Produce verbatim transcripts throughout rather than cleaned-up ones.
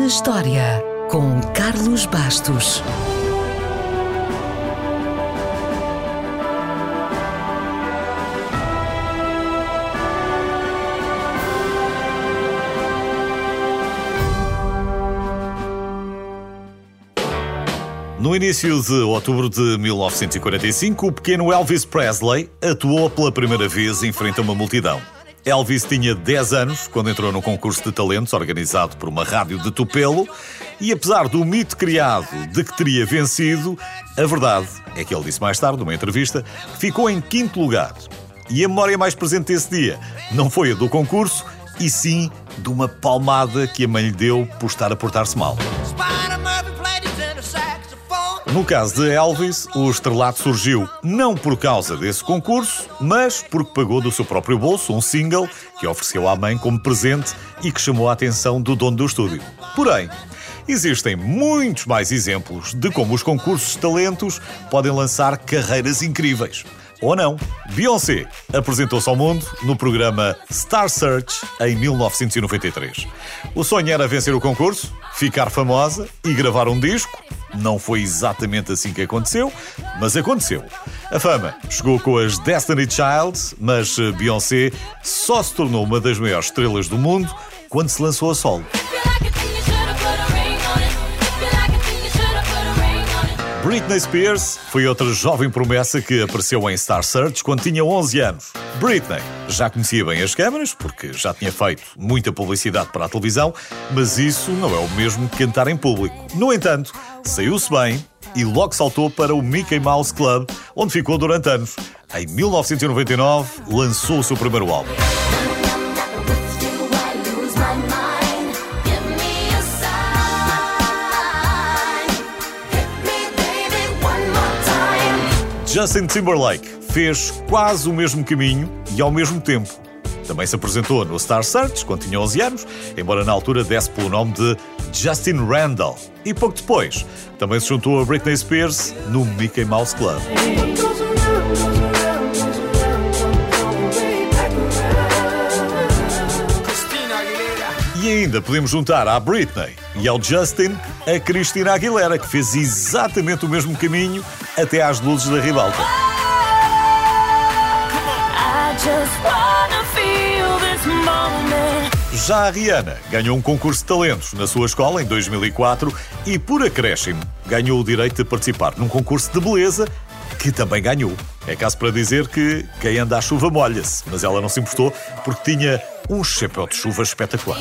na História, com Carlos Bastos. No início de outubro de mil novecentos e quarenta e cinco, o pequeno Elvis Presley atuou pela primeira vez em frente a uma multidão. Elvis tinha dez anos quando entrou no concurso de talentos organizado por uma rádio de Tupelo e, apesar do mito criado de que teria vencido, a verdade é que ele disse mais tarde, numa entrevista, que ficou em quinto lugar. E a memória mais presente desse dia não foi a do concurso, e sim de uma palmada que a mãe lhe deu por estar a portar-se mal. No caso de Elvis, o estrelato surgiu não por causa desse concurso, mas porque pagou do seu próprio bolso um single que ofereceu à mãe como presente e que chamou a atenção do dono do estúdio. Porém, existem muitos mais exemplos de como os concursos de talentos podem lançar carreiras incríveis. Ou não. Beyoncé apresentou-se ao mundo no programa Star Search em mil novecentos e noventa e três. O sonho era vencer o concurso, ficar famosa e gravar um disco. Não foi exatamente assim que aconteceu, mas aconteceu. A fama chegou com as Destiny Child, mas Beyoncé só se tornou uma das maiores estrelas do mundo quando se lançou a solo. Britney Spears foi outra jovem promessa que apareceu em Star Search quando tinha onze anos. Britney já conhecia bem as câmaras, porque já tinha feito muita publicidade para a televisão, mas isso não é o mesmo que cantar em público. No entanto, saiu-se bem e logo saltou para o Mickey Mouse Club, onde ficou durante anos. Em mil novecentos e noventa e nove, lançou o seu primeiro álbum. Justin Timberlake fez quase o mesmo caminho e ao mesmo tempo. Também se apresentou no Star Search quando tinha onze anos, embora na altura desse pelo nome de Justin Randall. E pouco depois, também se juntou a Britney Spears no Mickey Mouse Club. E ainda podemos juntar à Britney e ao Justin a Christina Aguilera, que fez exatamente o mesmo caminho até às luzes da ribalta. Já a Rihanna ganhou um concurso de talentos na sua escola em dois mil e quatro e, por acréscimo, ganhou o direito de participar num concurso de beleza que também ganhou. É caso para dizer que quem anda à chuva molha-se, mas ela não se importou porque tinha um chapéu de chuva espetacular.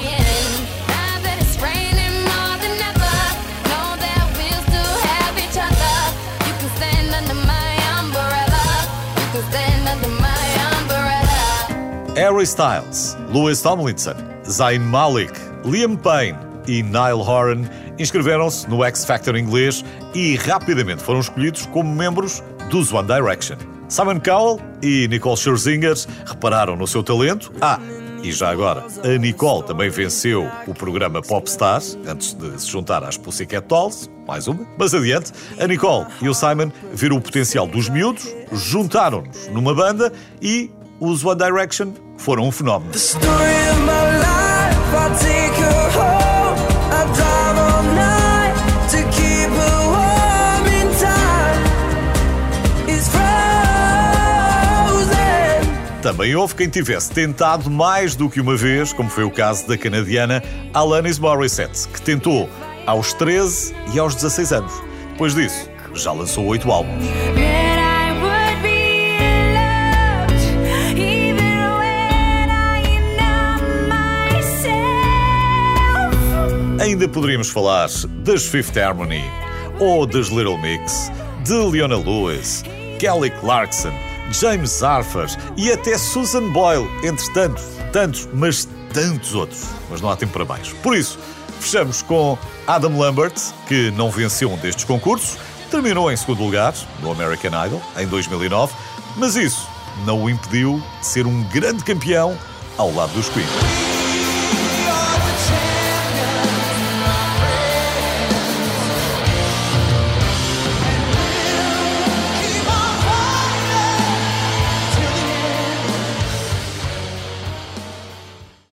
Harry Styles, Louis Tomlinson, Zayn Malik, Liam Payne e Niall Horan inscreveram-se no X Factor inglês e rapidamente foram escolhidos como membros dos One Direction. Simon Cowell e Nicole Scherzinger repararam no seu talento. Ah, e já agora, a Nicole também venceu o programa Popstar antes de se juntar às Pussycat Dolls, mais uma. Mas adiante, a Nicole e o Simon viram o potencial dos miúdos, juntaram-nos numa banda e os One Direction foram um fenómeno. Também houve quem tivesse tentado mais do que uma vez, como foi o caso da canadiana Alanis Morissette, que tentou aos treze e aos dezasseis anos. Depois disso, já lançou oito álbuns. Ainda poderíamos falar das Fifth Harmony, ou das Little Mix, de Leona Lewis, Kelly Clarkson, James Arthur e até Susan Boyle, entre tantos, tantos, mas tantos outros. Mas não há tempo para mais. Por isso, fechamos com Adam Lambert, que não venceu um destes concursos, terminou em segundo lugar no American Idol em dois mil e nove, mas isso não o impediu de ser um grande campeão ao lado dos Queen.